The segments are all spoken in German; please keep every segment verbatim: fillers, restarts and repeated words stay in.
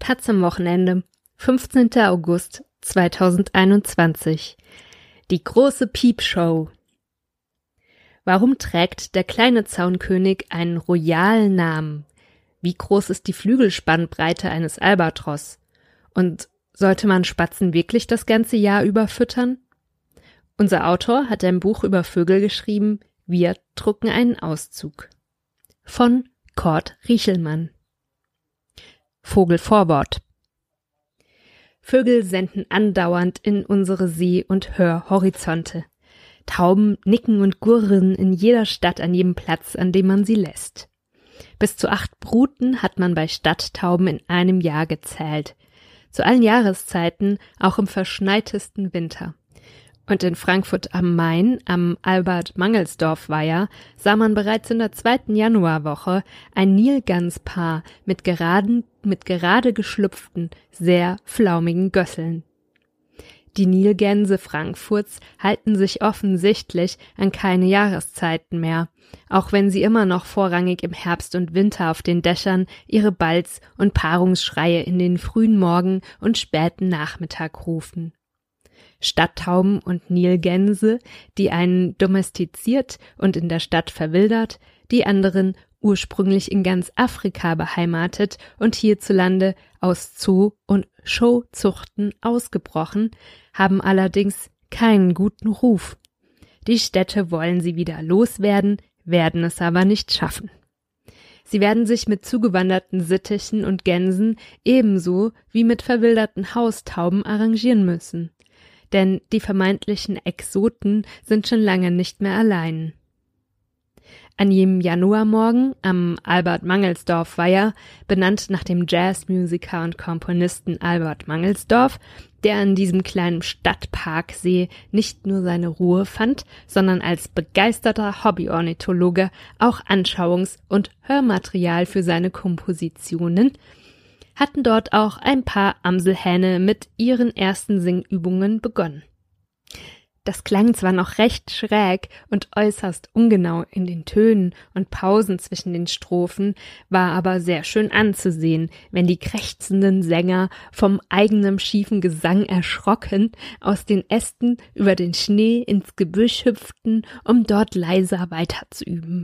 Taz am Wochenende, fünfzehnter August zweitausendeinundzwanzig. Die große Piepshow. Warum trägt der kleine Zaunkönig einen royalen Namen? Wie groß ist die Flügelspannbreite eines Albatros? Und sollte man Spatzen wirklich das ganze Jahr über füttern? Unser Autor hat ein Buch über Vögel geschrieben, wir drucken einen Auszug. Von Kurt Riechelmann. Vogelvorwort. Vögel senden andauernd in unsere Seh- und Hörhorizonte. Tauben nicken und gurren in jeder Stadt an jedem Platz, an dem man sie lässt. Bis zu acht Bruten hat man bei Stadttauben in einem Jahr gezählt. Zu allen Jahreszeiten, auch im verschneitesten Winter. Und in Frankfurt am Main, am Albert-Mangelsdorf-Weiher, sah man bereits in der zweiten Januarwoche ein Nilganspaar mit geraden, mit gerade geschlüpften, sehr flaumigen Gösseln. Die Nilgänse Frankfurts halten sich offensichtlich an keine Jahreszeiten mehr, auch wenn sie immer noch vorrangig im Herbst und Winter auf den Dächern ihre Balz- und Paarungsschreie in den frühen Morgen und späten Nachmittag rufen. Stadttauben und Nilgänse, die einen domestiziert und in der Stadt verwildert, die anderen ursprünglich in ganz Afrika beheimatet und hierzulande aus Zoo- und Showzuchten ausgebrochen, haben allerdings keinen guten Ruf. Die Städte wollen sie wieder loswerden, werden es aber nicht schaffen. Sie werden sich mit zugewanderten Sittichen und Gänsen ebenso wie mit verwilderten Haustauben arrangieren müssen. Denn die vermeintlichen Exoten sind schon lange nicht mehr allein. An jenem Januarmorgen am Albert-Mangelsdorf-Weiher, benannt nach dem Jazzmusiker und Komponisten Albert Mangelsdorf, der an diesem kleinen Stadtparksee nicht nur seine Ruhe fand, sondern als begeisterter Hobbyornithologe auch Anschauungs- und Hörmaterial für seine Kompositionen, hatten dort auch ein paar Amselhähne mit ihren ersten Singübungen begonnen. Das klang zwar noch recht schräg und äußerst ungenau in den Tönen und Pausen zwischen den Strophen, war aber sehr schön anzusehen, wenn die krächzenden Sänger vom eigenen schiefen Gesang erschrocken aus den Ästen über den Schnee ins Gebüsch hüpften, um dort leiser weiterzuüben.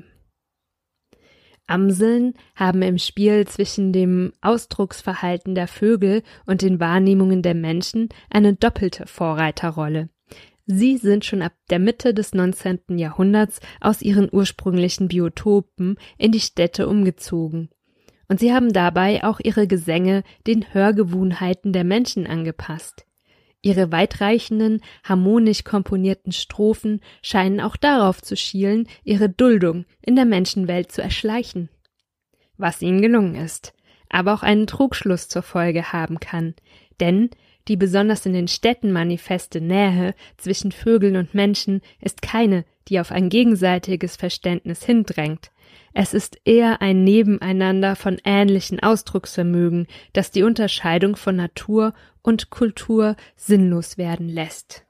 Amseln haben im Spiel zwischen dem Ausdrucksverhalten der Vögel und den Wahrnehmungen der Menschen eine doppelte Vorreiterrolle. Sie sind schon ab der Mitte des neunzehnten Jahrhunderts aus ihren ursprünglichen Biotopen in die Städte umgezogen. Und sie haben dabei auch ihre Gesänge den Hörgewohnheiten der Menschen angepasst. Ihre weitreichenden, harmonisch komponierten Strophen scheinen auch darauf zu schielen, ihre Duldung in der Menschenwelt zu erschleichen. Was ihnen gelungen ist, aber auch einen Trugschluss zur Folge haben kann, denn die besonders in den Städten manifeste Nähe zwischen Vögeln und Menschen ist keine, die auf ein gegenseitiges Verständnis hindrängt. Es ist eher ein Nebeneinander von ähnlichen Ausdrucksvermögen, das die Unterscheidung von Natur und Kultur sinnlos werden lässt.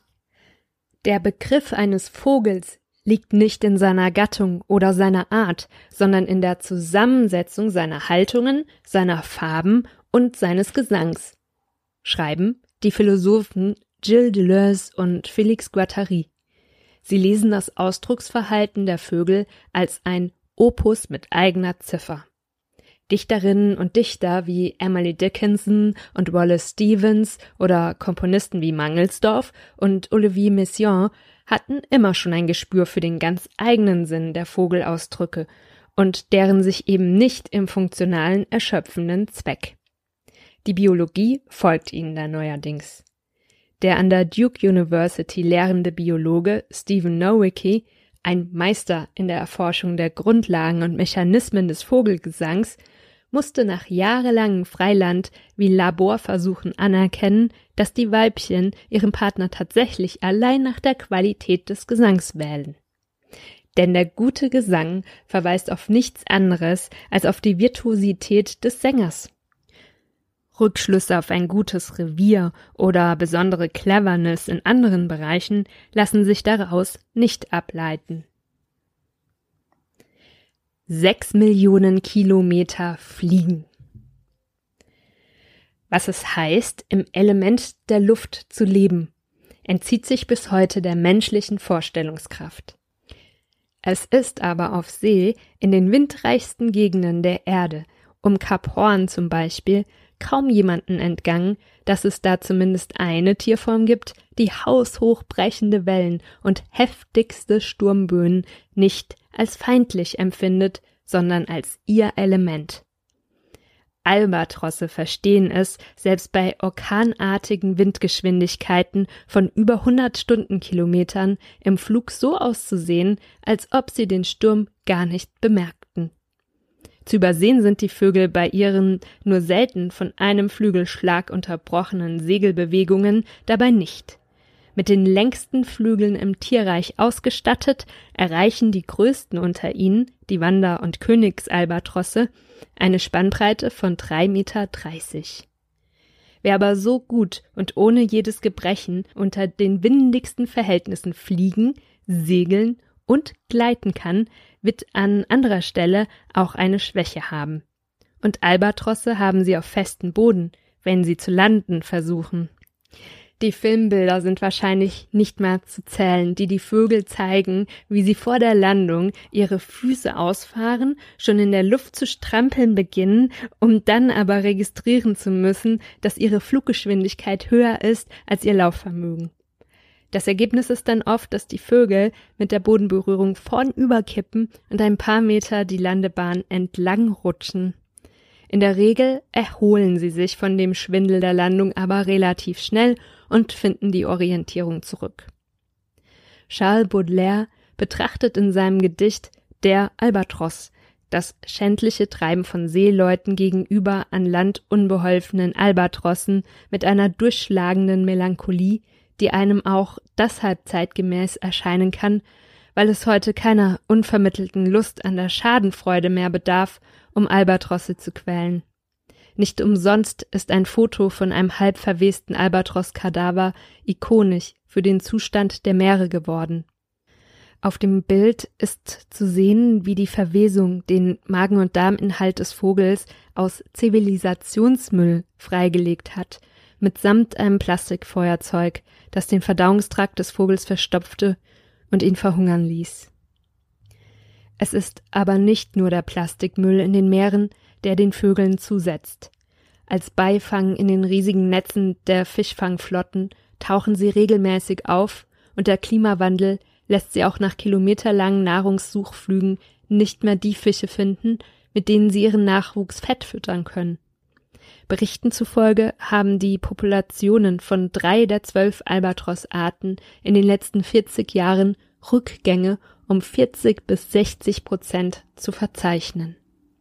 Der Begriff eines Vogels liegt nicht in seiner Gattung oder seiner Art, sondern in der Zusammensetzung seiner Haltungen, seiner Farben und seines Gesangs, schreiben die Philosophen Gilles Deleuze und Félix Guattari. Sie lesen das Ausdrucksverhalten der Vögel als ein Opus mit eigener Ziffer. Dichterinnen und Dichter wie Emily Dickinson und Wallace Stevens oder Komponisten wie Mangelsdorf und Olivier Messiaen hatten immer schon ein Gespür für den ganz eigenen Sinn der Vogelausdrücke und deren sich eben nicht im funktionalen, erschöpfenden Zweck. Die Biologie folgt ihnen da neuerdings. Der an der Duke University lehrende Biologe Stephen Nowicki, ein Meister in der Erforschung der Grundlagen und Mechanismen des Vogelgesangs, musste nach jahrelangen Freiland- wie Laborversuchen anerkennen, dass die Weibchen ihren Partner tatsächlich allein nach der Qualität des Gesangs wählen. Denn der gute Gesang verweist auf nichts anderes als auf die Virtuosität des Sängers. Rückschlüsse auf ein gutes Revier oder besondere Cleverness in anderen Bereichen lassen sich daraus nicht ableiten. Sechs Millionen Kilometer fliegen. Was es heißt, im Element der Luft zu leben, entzieht sich bis heute der menschlichen Vorstellungskraft. Es ist aber auf See, in den windreichsten Gegenden der Erde, um Kap Horn zum Beispiel, kaum jemanden entgangen, dass es da zumindest eine Tierform gibt, die haushoch brechende Wellen und heftigste Sturmböen nicht als feindlich empfindet, sondern als ihr Element. Albatrosse verstehen es, selbst bei orkanartigen Windgeschwindigkeiten von über hundert Stundenkilometern im Flug so auszusehen, als ob sie den Sturm gar nicht bemerkten. Zu übersehen sind die Vögel bei ihren nur selten von einem Flügelschlag unterbrochenen Segelbewegungen dabei nicht. Mit den längsten Flügeln im Tierreich ausgestattet, erreichen die größten unter ihnen, die Wander- und Königsalbatrosse, eine Spannbreite von drei Meter dreißig. Wer aber so gut und ohne jedes Gebrechen unter den windigsten Verhältnissen fliegen, segeln und gleiten kann, wird an anderer Stelle auch eine Schwäche haben. Und Albatrosse haben sie auf festem Boden, wenn sie zu landen versuchen. Die Filmbilder sind wahrscheinlich nicht mehr zu zählen, die die Vögel zeigen, wie sie vor der Landung ihre Füße ausfahren, schon in der Luft zu strampeln beginnen, um dann aber registrieren zu müssen, dass ihre Fluggeschwindigkeit höher ist als ihr Laufvermögen. Das Ergebnis ist dann oft, dass die Vögel mit der Bodenberührung vornüber kippen und ein paar Meter die Landebahn entlang rutschen. In der Regel erholen sie sich von dem Schwindel der Landung aber relativ schnell und finden die Orientierung zurück. Charles Baudelaire betrachtet in seinem Gedicht Der Albatros das schändliche Treiben von Seeleuten gegenüber an Land unbeholfenen Albatrossen mit einer durchschlagenden Melancholie, die einem auch deshalb zeitgemäß erscheinen kann, weil es heute keiner unvermittelten Lust an der Schadenfreude mehr bedarf, um Albatrosse zu quälen. Nicht umsonst ist ein Foto von einem halb verwesten Albatros-Kadaver ikonisch für den Zustand der Meere geworden. Auf dem Bild ist zu sehen, wie die Verwesung den Magen- und Darminhalt des Vogels aus Zivilisationsmüll freigelegt hat, mitsamt einem Plastikfeuerzeug, das den Verdauungstrakt des Vogels verstopfte und ihn verhungern ließ. Es ist aber nicht nur der Plastikmüll in den Meeren, der den Vögeln zusetzt. Als Beifang in den riesigen Netzen der Fischfangflotten tauchen sie regelmäßig auf und der Klimawandel lässt sie auch nach kilometerlangen Nahrungssuchflügen nicht mehr die Fische finden, mit denen sie ihren Nachwuchs fett füttern können. Berichten zufolge haben die Populationen von drei der zwölf Albatros-Arten in den letzten vierzig Jahren Rückgänge um vierzig bis sechzig Prozent zu verzeichnen.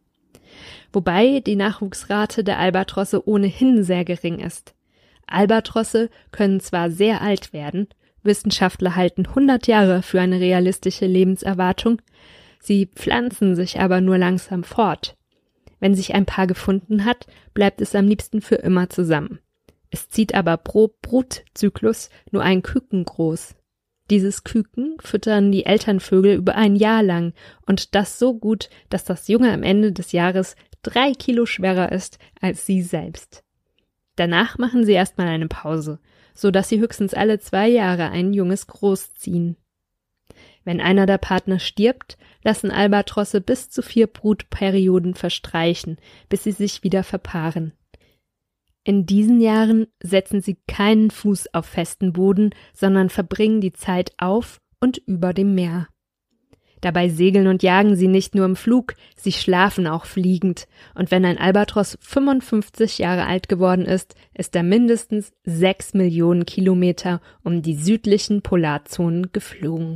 Wobei die Nachwuchsrate der Albatrosse ohnehin sehr gering ist. Albatrosse können zwar sehr alt werden, Wissenschaftler halten hundert Jahre für eine realistische Lebenserwartung, sie pflanzen sich aber nur langsam fort. Wenn sich ein Paar gefunden hat, bleibt es am liebsten für immer zusammen. Es zieht aber pro Brutzyklus nur ein Küken groß. Dieses Küken füttern die Elternvögel über ein Jahr lang und das so gut, dass das Junge am Ende des Jahres drei Kilo schwerer ist als sie selbst. Danach machen sie erstmal eine Pause, so dass sie höchstens alle zwei Jahre ein Junges großziehen. Wenn einer der Partner stirbt, lassen Albatrosse bis zu vier Brutperioden verstreichen, bis sie sich wieder verpaaren. In diesen Jahren setzen sie keinen Fuß auf festen Boden, sondern verbringen die Zeit auf und über dem Meer. Dabei segeln und jagen sie nicht nur im Flug, sie schlafen auch fliegend. Und wenn ein Albatros fünfundfünfzig Jahre alt geworden ist, ist er mindestens sechs Millionen Kilometer um die südlichen Polarzonen geflogen.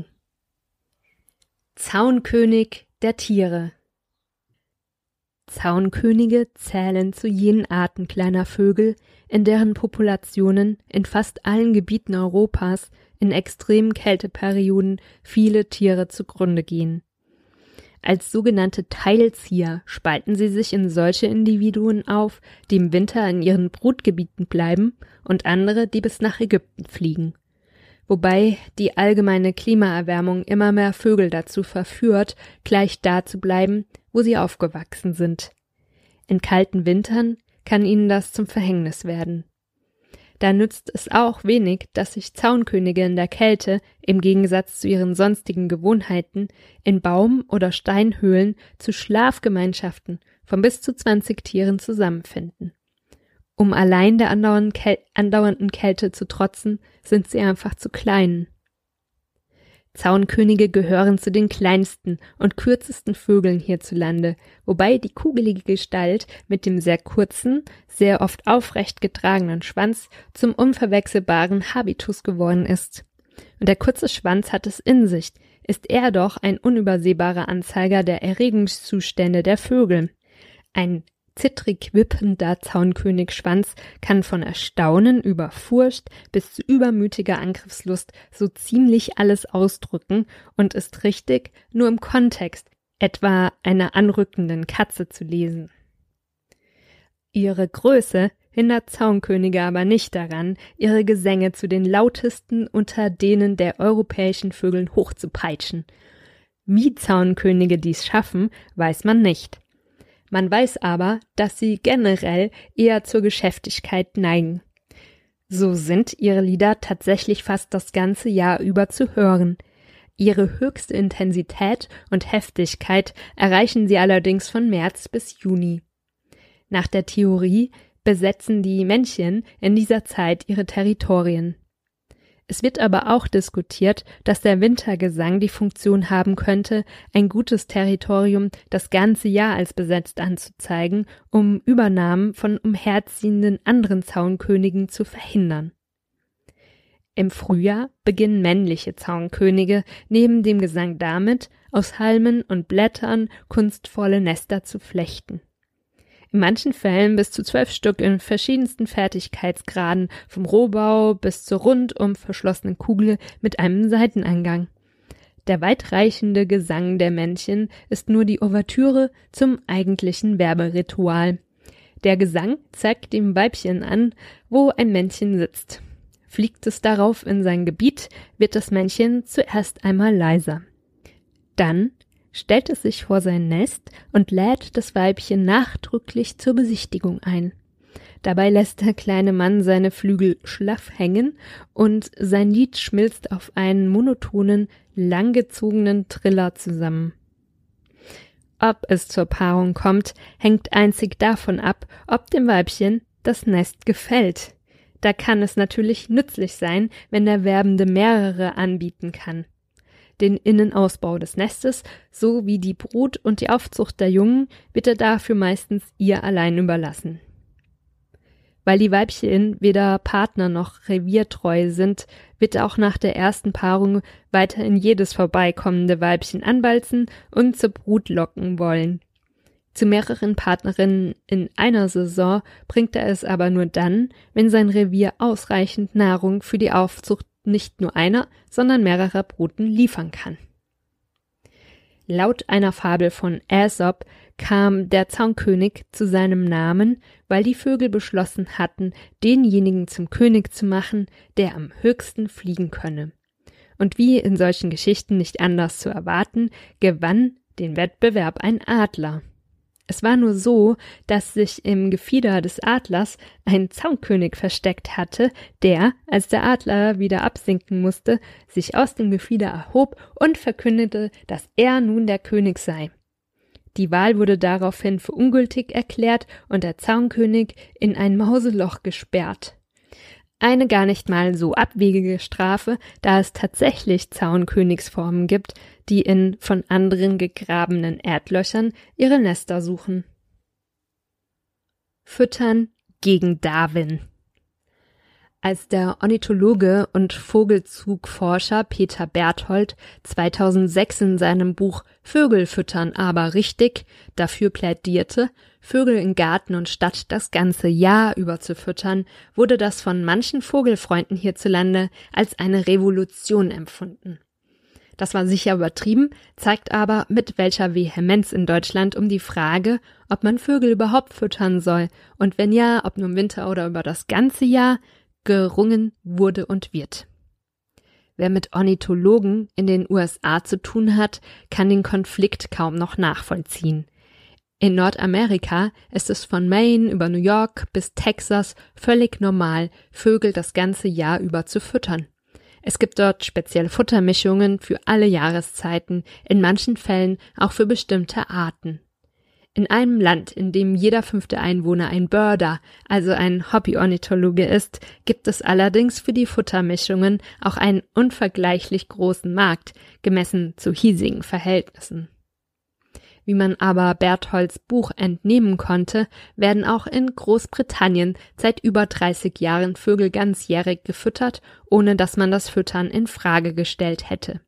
Zaunkönig der Tiere. Zaunkönige zählen zu jenen Arten kleiner Vögel, in deren Populationen in fast allen Gebieten Europas in extremen Kälteperioden viele Tiere zugrunde gehen. Als sogenannte Teilzieher spalten sie sich in solche Individuen auf, die im Winter in ihren Brutgebieten bleiben, und andere, die bis nach Ägypten fliegen. Wobei die allgemeine Klimaerwärmung immer mehr Vögel dazu verführt, gleich da zu bleiben, wo sie aufgewachsen sind. In kalten Wintern kann ihnen das zum Verhängnis werden. Da nützt es auch wenig, dass sich Zaunkönige in der Kälte, im Gegensatz zu ihren sonstigen Gewohnheiten, in Baum- oder Steinhöhlen zu Schlafgemeinschaften von bis zu zwanzig Tieren zusammenfinden. Um allein der andauernden, Käl- andauernden Kälte zu trotzen, sind sie einfach zu klein. Zaunkönige gehören zu den kleinsten und kürzesten Vögeln hierzulande, wobei die kugelige Gestalt mit dem sehr kurzen, sehr oft aufrecht getragenen Schwanz zum unverwechselbaren Habitus geworden ist. Und der kurze Schwanz hat es in sich, ist er doch ein unübersehbarer Anzeiger der Erregungszustände der Vögel. Ein zittrig wippender Zaunkönig-Schwanz kann von Erstaunen über Furcht bis zu übermütiger Angriffslust so ziemlich alles ausdrücken und ist richtig nur im Kontext, etwa einer anrückenden Katze zu lesen. Ihre Größe hindert Zaunkönige aber nicht daran, ihre Gesänge zu den lautesten unter denen der europäischen Vögeln hochzupeitschen. Wie Zaunkönige dies schaffen, weiß man nicht. Man weiß aber, dass sie generell eher zur Geschäftigkeit neigen. So sind ihre Lieder tatsächlich fast das ganze Jahr über zu hören. Ihre höchste Intensität und Heftigkeit erreichen sie allerdings von März bis Juni. Nach der Theorie besetzen die Männchen in dieser Zeit ihre Territorien. Es wird aber auch diskutiert, dass der Wintergesang die Funktion haben könnte, ein gutes Territorium das ganze Jahr als besetzt anzuzeigen, um Übernahmen von umherziehenden anderen Zaunkönigen zu verhindern. Im Frühjahr beginnen männliche Zaunkönige neben dem Gesang damit, aus Halmen und Blättern kunstvolle Nester zu flechten. In manchen Fällen bis zu zwölf Stück in verschiedensten Fertigkeitsgraden, vom Rohbau bis zur rundum verschlossenen Kugel mit einem Seiteneingang. Der weitreichende Gesang der Männchen ist nur die Ouvertüre zum eigentlichen Werberitual. Der Gesang zeigt dem Weibchen an, wo ein Männchen sitzt. Fliegt es darauf in sein Gebiet, wird das Männchen zuerst einmal leiser. Dann stellt es sich vor sein Nest und lädt das Weibchen nachdrücklich zur Besichtigung ein. Dabei lässt der kleine Mann seine Flügel schlaff hängen und sein Lied schmilzt auf einen monotonen, langgezogenen Triller zusammen. Ob es zur Paarung kommt, hängt einzig davon ab, ob dem Weibchen das Nest gefällt. Da kann es natürlich nützlich sein, wenn der Werbende mehrere anbieten kann. Den Innenausbau des Nestes sowie die Brut und die Aufzucht der Jungen wird er dafür meistens ihr allein überlassen. Weil die Weibchen weder Partner noch reviertreu sind, wird er auch nach der ersten Paarung weiterhin jedes vorbeikommende Weibchen anbalzen und zur Brut locken wollen. Zu mehreren Partnerinnen in einer Saison bringt er es aber nur dann, wenn sein Revier ausreichend Nahrung für die Aufzucht nicht nur einer, sondern mehrerer Bruten liefern kann. Laut einer Fabel von Aesop kam der Zaunkönig zu seinem Namen, weil die Vögel beschlossen hatten, denjenigen zum König zu machen, der am höchsten fliegen könne. Und wie in solchen Geschichten nicht anders zu erwarten, gewann den Wettbewerb ein Adler. Es war nur so, dass sich im Gefieder des Adlers ein Zaunkönig versteckt hatte, der, als der Adler wieder absinken musste, sich aus dem Gefieder erhob und verkündete, dass er nun der König sei. Die Wahl wurde daraufhin für ungültig erklärt und der Zaunkönig in ein Mauseloch gesperrt. Eine gar nicht mal so abwegige Strafe, da es tatsächlich Zaunkönigsformen gibt, die in von anderen gegrabenen Erdlöchern ihre Nester suchen. Füttern gegen Darwin. Als der Ornithologe und Vogelzugforscher Peter Berthold zweitausendsechs in seinem Buch Vögel füttern aber richtig dafür plädierte, Vögel in Garten und Stadt das ganze Jahr über zu füttern, wurde das von manchen Vogelfreunden hierzulande als eine Revolution empfunden. Das war sicher übertrieben, zeigt aber, mit welcher Vehemenz in Deutschland um die Frage, ob man Vögel überhaupt füttern soll und wenn ja, ob nur im Winter oder über das ganze Jahr, gerungen wurde und wird. Wer mit Ornithologen in den U S A zu tun hat, kann den Konflikt kaum noch nachvollziehen. In Nordamerika ist es von Maine über New York bis Texas völlig normal, Vögel das ganze Jahr über zu füttern. Es gibt dort spezielle Futtermischungen für alle Jahreszeiten, in manchen Fällen auch für bestimmte Arten. In einem Land, in dem jeder fünfte Einwohner ein Birder, also ein Hobbyornithologe ist, gibt es allerdings für die Futtermischungen auch einen unvergleichlich großen Markt, gemessen zu hiesigen Verhältnissen. Wie man aber Bertholds Buch entnehmen konnte, werden auch in Großbritannien seit über dreißig Jahren Vögel ganzjährig gefüttert, ohne dass man das Füttern in Frage gestellt hätte.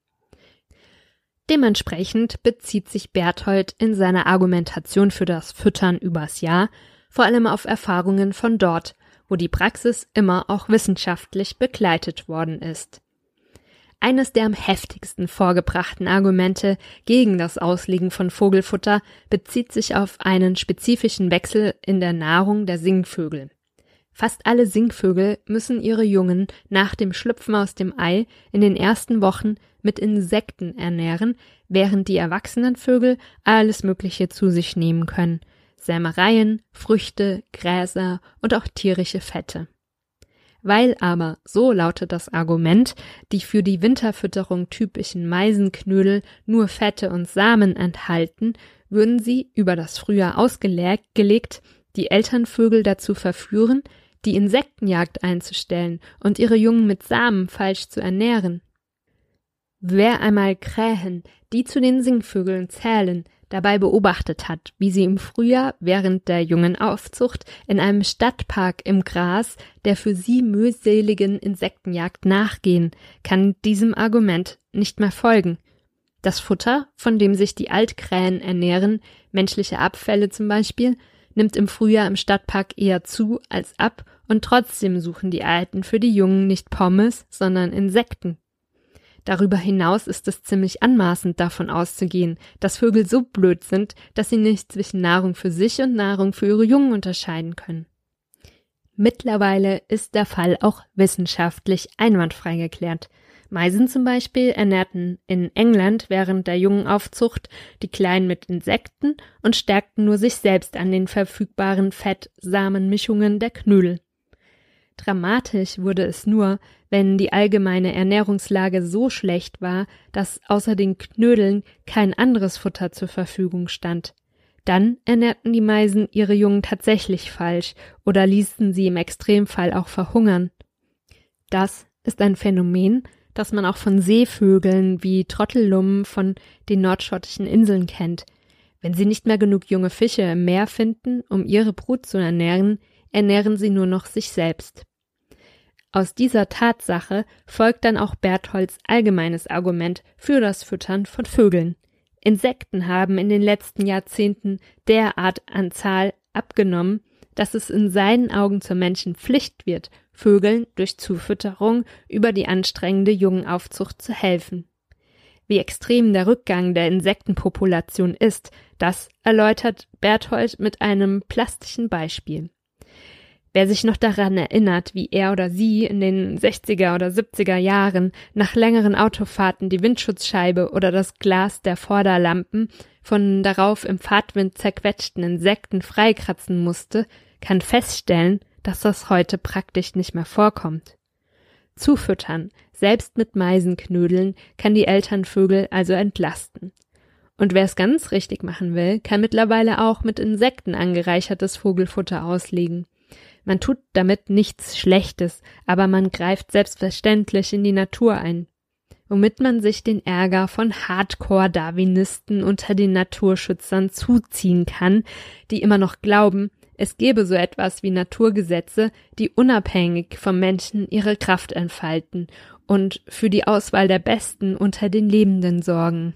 Dementsprechend bezieht sich Berthold in seiner Argumentation für das Füttern übers Jahr vor allem auf Erfahrungen von dort, wo die Praxis immer auch wissenschaftlich begleitet worden ist. Eines der am heftigsten vorgebrachten Argumente gegen das Auslegen von Vogelfutter bezieht sich auf einen spezifischen Wechsel in der Nahrung der Singvögel. Fast alle Singvögel müssen ihre Jungen nach dem Schlüpfen aus dem Ei in den ersten Wochen mit Insekten ernähren, während die erwachsenen Vögel alles Mögliche zu sich nehmen können: Sämereien, Früchte, Gräser und auch tierische Fette. Weil aber, so lautet das Argument, die für die Winterfütterung typischen Meisenknödel nur Fette und Samen enthalten, würden sie, über das Frühjahr ausgelegt, die Elternvögel dazu verführen, die Insektenjagd einzustellen und ihre Jungen mit Samen falsch zu ernähren. Wer einmal Krähen, die zu den Singvögeln zählen, dabei beobachtet hat, wie sie im Frühjahr während der Jungenaufzucht in einem Stadtpark im Gras der für sie mühseligen Insektenjagd nachgehen, kann diesem Argument nicht mehr folgen. Das Futter, von dem sich die Altkrähen ernähren, menschliche Abfälle zum Beispiel, nimmt im Frühjahr im Stadtpark eher zu als ab, und trotzdem suchen die Alten für die Jungen nicht Pommes, sondern Insekten. Darüber hinaus ist es ziemlich anmaßend, davon auszugehen, dass Vögel so blöd sind, dass sie nicht zwischen Nahrung für sich und Nahrung für ihre Jungen unterscheiden können. Mittlerweile ist der Fall auch wissenschaftlich einwandfrei geklärt. Meisen zum Beispiel ernährten in England während der Jungenaufzucht die Kleinen mit Insekten und stärkten nur sich selbst an den verfügbaren Fett-Samen-Mischungen der Knödel. Dramatisch wurde es nur, wenn die allgemeine Ernährungslage so schlecht war, dass außer den Knödeln kein anderes Futter zur Verfügung stand. Dann ernährten die Meisen ihre Jungen tatsächlich falsch oder ließen sie im Extremfall auch verhungern. Das ist ein Phänomen, das man auch von Seevögeln wie Trottellummen von den nordschottischen Inseln kennt. Wenn sie nicht mehr genug junge Fische im Meer finden, um ihre Brut zu ernähren, ernähren sie nur noch sich selbst. Aus dieser Tatsache folgt dann auch Bertholds allgemeines Argument für das Füttern von Vögeln. Insekten haben in den letzten Jahrzehnten derart an Zahl abgenommen, dass es in seinen Augen zur Menschenpflicht wird, Vögeln durch Zufütterung über die anstrengende Jungenaufzucht zu helfen. Wie extrem der Rückgang der Insektenpopulation ist, das erläutert Berthold mit einem plastischen Beispiel. Wer sich noch daran erinnert, wie er oder sie in den sechziger oder siebziger Jahren nach längeren Autofahrten die Windschutzscheibe oder das Glas der Vorderlampen von darauf im Fahrtwind zerquetschten Insekten freikratzen musste, kann feststellen, dass das heute praktisch nicht mehr vorkommt. Zufüttern, selbst mit Meisenknödeln, kann die Elternvögel also entlasten. Und wer es ganz richtig machen will, kann mittlerweile auch mit Insekten angereichertes Vogelfutter auslegen. Man tut damit nichts Schlechtes, aber man greift selbstverständlich in die Natur ein, womit man sich den Ärger von Hardcore-Darwinisten unter den Naturschützern zuziehen kann, die immer noch glauben, es gebe so etwas wie Naturgesetze, die unabhängig vom Menschen ihre Kraft entfalten und für die Auswahl der Besten unter den Lebenden sorgen.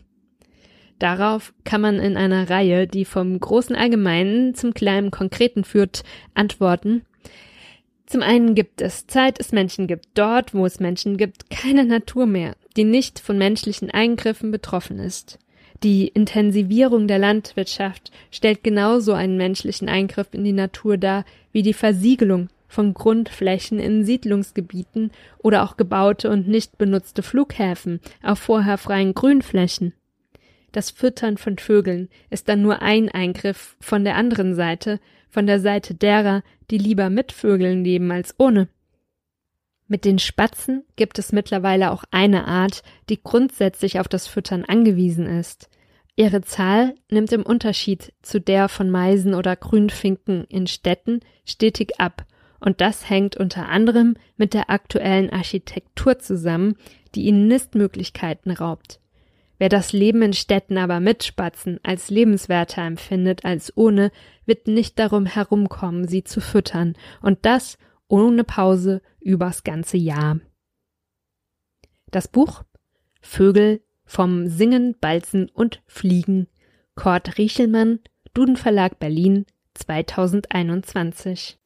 Darauf kann man in einer Reihe, die vom großen Allgemeinen zum kleinen Konkreten führt, antworten: Zum einen gibt es, seit es Menschen gibt, dort, wo es Menschen gibt, keine Natur mehr, die nicht von menschlichen Eingriffen betroffen ist. Die Intensivierung der Landwirtschaft stellt genauso einen menschlichen Eingriff in die Natur dar wie die Versiegelung von Grundflächen in Siedlungsgebieten oder auch gebaute und nicht benutzte Flughäfen auf vorher freien Grünflächen. Das Füttern von Vögeln ist dann nur ein Eingriff von der anderen Seite, von der Seite derer, die lieber mit Vögeln leben als ohne. Mit den Spatzen gibt es mittlerweile auch eine Art, die grundsätzlich auf das Füttern angewiesen ist. Ihre Zahl nimmt im Unterschied zu der von Meisen oder Grünfinken in Städten stetig ab, und das hängt unter anderem mit der aktuellen Architektur zusammen, die ihnen Nistmöglichkeiten raubt. Wer das Leben in Städten aber mit Spatzen als lebenswerter empfindet als ohne, wird nicht darum herumkommen, sie zu füttern, und das ohne Pause übers ganze Jahr. Das Buch Vögel vom Singen, Balzen und Fliegen, Kurt Riechelmann, Duden Verlag Berlin, zweitausendeinundzwanzig.